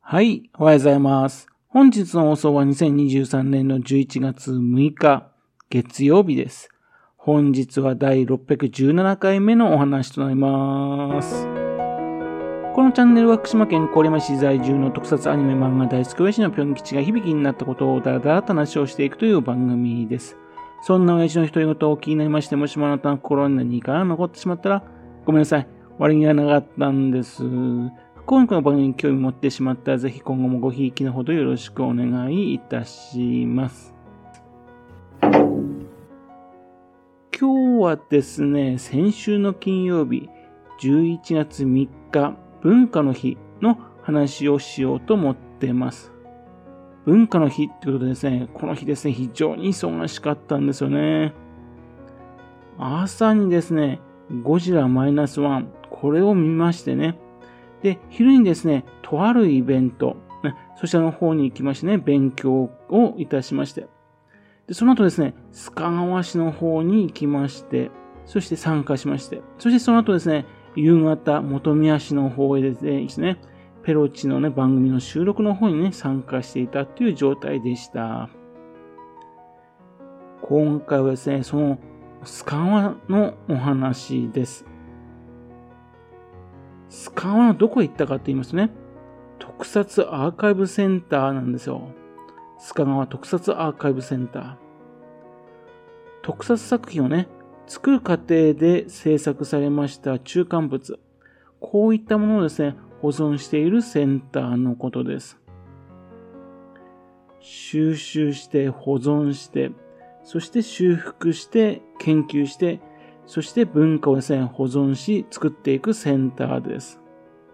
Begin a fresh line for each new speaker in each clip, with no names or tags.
はい、おはようございます。本日の放送は2023年の11月6日、月曜日です。本日は第617回目のお話となります。このチャンネルは福島県郡山市在住の特撮アニメ漫画大好き親父のぴょん吉が響きになったことをだらだらと話をしていくという番組です。そんな親父の独り言を気になりまして、もしもあなたの心に何か残ってしまったら、ごめんなさい。悪気がなかったんです。今回の番組に興味持ってしまったら、ぜひ今後もごひいきのほどよろしくお願いいたします。今日はですね、先週の金曜日、11月3日、文化の日の話をしようと思っています。文化の日ってことでですね、この日ですね、非常に忙しかったんですよね。朝にですね、ゴジラ -1、これを見ましてね、で、昼にですね、とあるイベント、そちらの方に行きましてね、勉強をいたしまして、でその後ですね、須賀川市の方に行きまして、そして参加しまして、そしてその後ですね、夕方、本宮市の方へですね、ペロチのね、番組の収録の方にね、参加していたという状態でした。今回はですね、その須賀川のお話です。須賀川のどこへ行ったかって言いますとね、特撮アーカイブセンターなんですよ。須賀川特撮アーカイブセンター。特撮作品をね、作る過程で制作されました中間物。こういったものをですね、保存しているセンターのことです。収集して保存して、そして修復して研究して、そして文化をですね、保存し作っていくセンターです。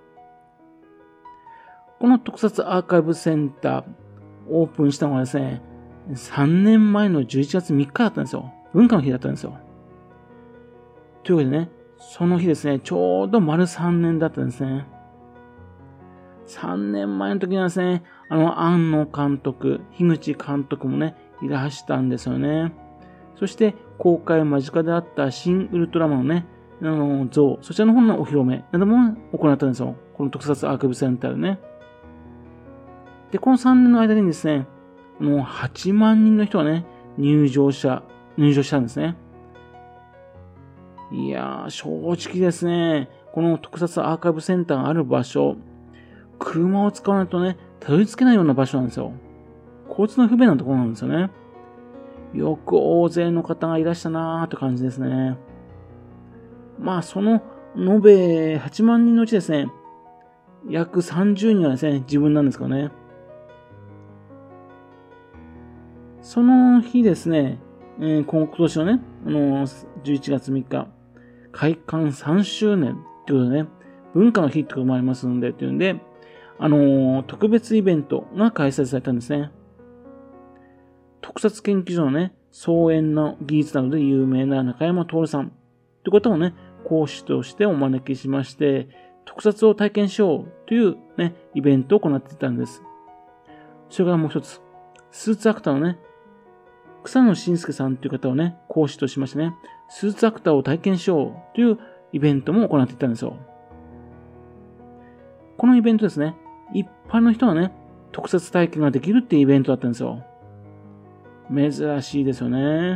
この特撮アーカイブセンター、オープンしたのはですね、3年前の11月3日だったんですよ。文化の日だったんですよ。というわけでね、その日ですね、ちょうど丸3年だったんですね。3年前の時にはですね、庵野監督、樋口監督もね、いらしたんですよね。そして、公開間近であった新ウルトラマンのね、像、そちらの方のお披露目なども行ったんですよ。この特撮アーカイブセンターでね。で、この3年の間にですね、8万人の人がね、入場したんですね。いやー、正直ですね、この特撮アーカイブセンターがある場所、車を使わないとね、たどり着けないような場所なんですよ。交通の不便なところなんですよね。よく大勢の方がいらしたなーって感じですね。まあ、その延べ8万人のうちですね、約30人はですね、自分なんですけどね。その日ですね、今年のね、11月3日、開館3周年ということでね、文化の日ってこともありますので、というんで、特別イベントが開催されたんですね。特撮研究所のね、操演の技術などで有名な中山徹さんという方をね、講師としてお招きしまして、特撮を体験しようというね、イベントを行っていたんです。それからもう一つ、スーツアクターのね、草野伸介さんという方をね、講師としましてね、スーツアクターを体験しようというイベントも行っていたんですよ。このイベントですね、一般の人がね、特撮体験ができるっていうイベントだったんですよ。珍しいですよね。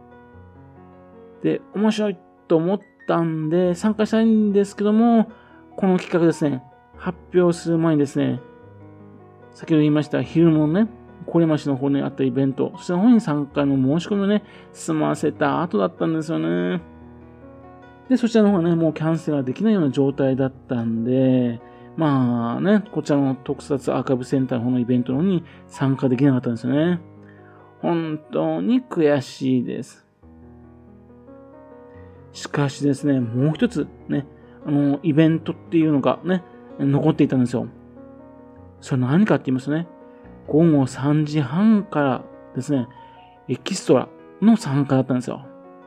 で、面白いと思ったんで参加したいんですけども、この企画ですね、発表する前にですね、先ほど言いました昼のね、郡山市の方にあったイベント、そちらの方に参加の申し込みをね、済ませた後だったんですよね。で、そちらの方がね、もうキャンセルができないような状態だったんで、まあね、こちらの特撮アーカイブセンターの方のイベントの方に参加できなかったんですよね。本当に悔しいです。しかしですね、もう一つね、イベントっていうのがね、残っていたんですよ。それ何かって言いますとね、午後3時半からですね、エキストラの参加だったんですよ。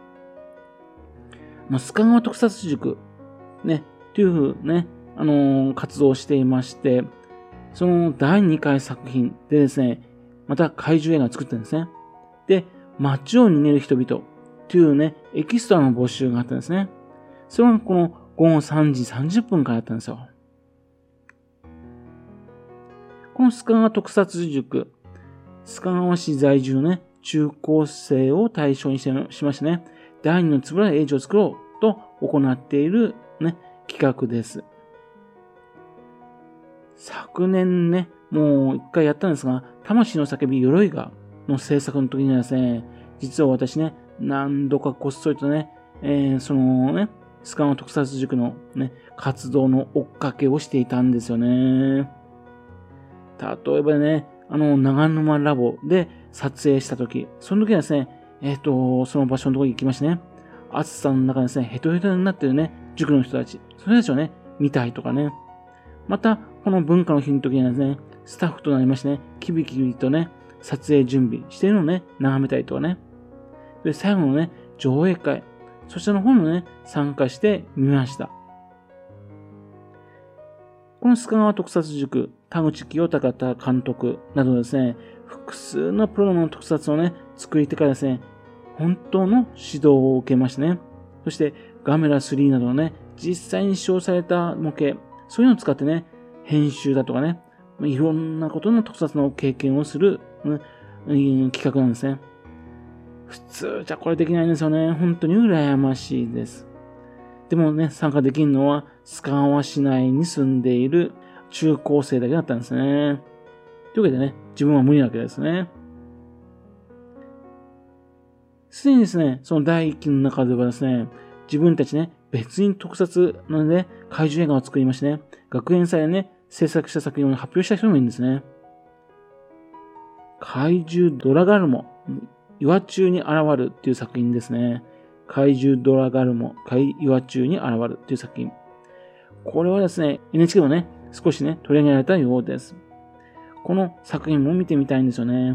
須賀川特撮塾、ね、というね、活動をしていまして、その第2回作品でですね、また怪獣映画を作ったんですね。で、街を逃げる人々というね、エキストラの募集があったんですね。それがこの午後3時30分からだったんですよ。 この須賀川特撮塾、須賀川市在住のね、中高生を対象にしましてね、第二のつぶらや英字を作ろうと行っているね、企画です。昨年ね、もう一回やったんですが、魂の叫び鎧がの制作の時にはですね、実は私ね、何度かこっそりとね、そのね、須賀川特撮塾のね、活動の追っかけをしていたんですよね。例えばね、長沼ラボで撮影した時、その時はですね、その場所のところに行きましてね、暑さの中でですね、ヘトヘトになってるね、塾の人たち、それたちをね、見たいとかね。また、この文化の日の時にはですね、スタッフとなりましてね、キビキビとね、撮影準備しているのをね、眺めたりとかね。で、最後のね、上映会、そちらの方もね、参加してみました。この須賀川特撮塾、田口清隆監督などですね、複数のプロの特撮をね、作り手からですね、本当の指導を受けましてね、そしてガメラ3などのね、実際に使用された模型、そういうのを使ってね、編集だとかね、いろんなことの特撮の経験をする、企画なんですね。普通じゃこれできないんですよね。本当に羨ましいです。でもね、参加できるのは、須賀川市内に住んでいる中高生だけだったんですね。というわけでね、自分は無理なわけですね。すでにですね、その第1期の中ではですね、自分たちね、別に特撮なので、怪獣映画を作りましてね、学園祭でね、制作した作品を発表した人もいるんですね。怪獣ドラガルモ、岩中に現るっていう作品ですね。怪獣ドラガルモ、岩中に現るっていう作品。これはですね、NHK もね、少しね、取り上げられたようです。この作品も見てみたいんですよね。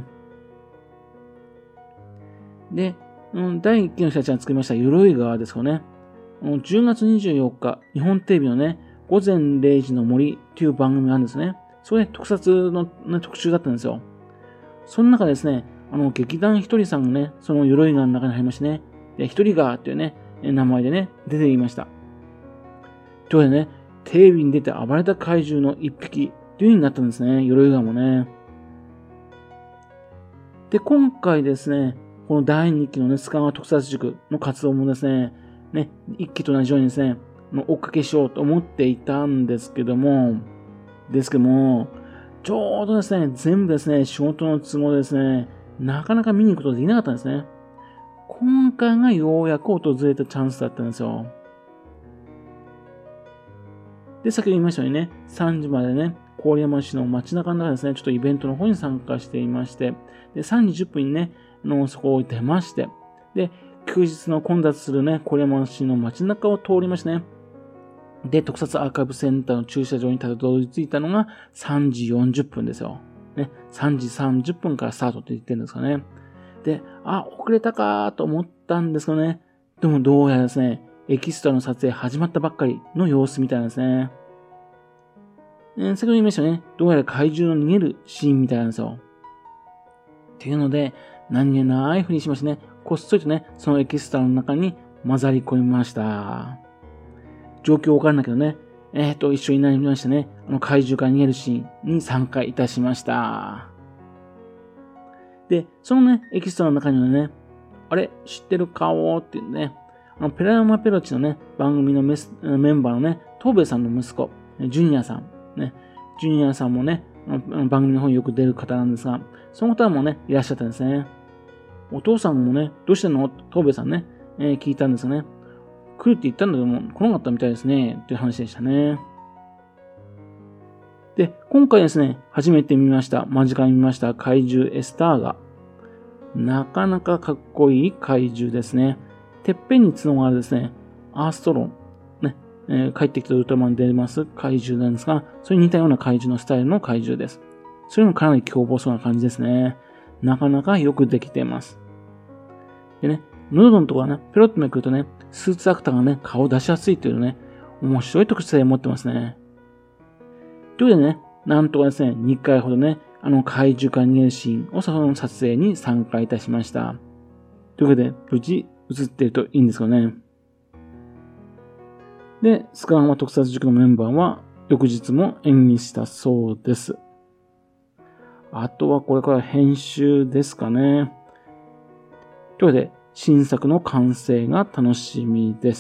で、第1期の人たちが作りました鎧川ですよね。10月24日、日本テレビのね、午前0時の森という番組があるんですね。それ特撮の、ね、特集だったんですよ。その中でですね、劇団ひとりさんがね、その鎧川の中に入りましてね、で、ひとり川っていうね、名前でね、出ていました。というわけでね、テレビに出て暴れた怪獣の一匹という風になったんですね、鎧川もね。で、今回ですね、この第2期のね、須賀川特撮塾の活動もですね、1期と同じようにですね、追っかけしようと思っていたんですけども、ちょうどですね、全部ですね、仕事の都合でですね、なかなか見に行くことできなかったんですね。今回がようやく訪れたチャンスだったんですよ。で、先ほど言いましたようにね、3時までね、郡山市の街中の中ですね、ちょっとイベントの方に参加していまして、で、3時10分にね、そこを出まして、で、休日の混雑するね、郡山市の街中を通りましてね、で、特撮アーカイブセンターの駐車場にたどり着いたのが3時40分ですよ。ね、3時30分からスタートって言ってるんですかね。で、遅れたかと思ったんですけどね。でもどうやらですね、エキストラの撮影始まったばっかりの様子みたいなんですね。先ほど言いましたね。どうやら怪獣の逃げるシーンみたいなんですよ。っていうので、何気ないふりしましてね、こっそりとね、そのエキストラの中に混ざり込みました。状況わかんないけどね、一緒になりましてね、怪獣から逃げるシーンに参加いたしました。で、そのね、エキストラの中にはね、あれ、知ってる顔っていうね、ペラヤマペロチのね、番組のメンバーのね、東兵さんの息子、ジュニアさん、ね、ジュニアさんもね、番組の方によく出る方なんですが、その方もね、いらっしゃったんですね。お父さんもね、どうしてんの東兵さんね、聞いたんですよね。来るって言ったんだけども、来なかったみたいですね、っていう話でしたね。で、今回ですね、初めて見ました、間近に見ました怪獣エスターガ。なかなかかっこいい怪獣ですね。てっぺんに角があるですね、アーストロン、ね、帰ってきたウルトラマンに出ます怪獣なんですが、それに似たような怪獣のスタイルの怪獣です。それもかなり凶暴そうな感じですね。なかなかよくできています。でね、喉のところがね、ペロッとめくるとね、スーツアクターがね、顔を出しやすいというね、面白い特徴を持ってますね。というわけでね、なんとかですね、2回ほどね、怪獣から逃げるシーンをその撮影に参加いたしました。というわけで、無事映っているといいんですよね。で、須賀川特撮塾のメンバーは翌日も演技したそうです。 あとはこれから編集ですかね。というわけで、新作の完成が楽しみです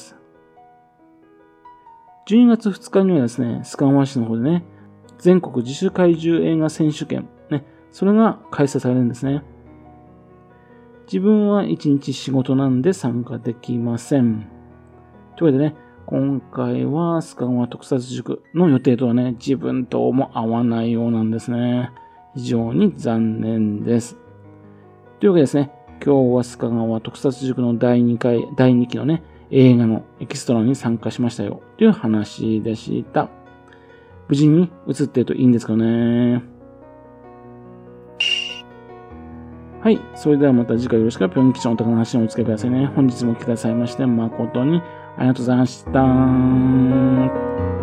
。12月2日にはですね、須賀川市の方でね、全国自主怪獣映画選手権、ね、それが開催されるんですね。自分は1日仕事なんで参加できません。というわけでね、今回は須賀川特撮塾の予定とはね、自分とも合わないようなんですね。非常に残念です。というわけでですね、今日は須賀川特撮塾の第2期のね、映画のエキストラに参加しましたよという話でした。無事に映ってるといいんですかね。はい。それではまた次回よろしくぴょん吉のお宝の話にお付き合いくださいね。本日も来てくださいまして誠にありがとうございました。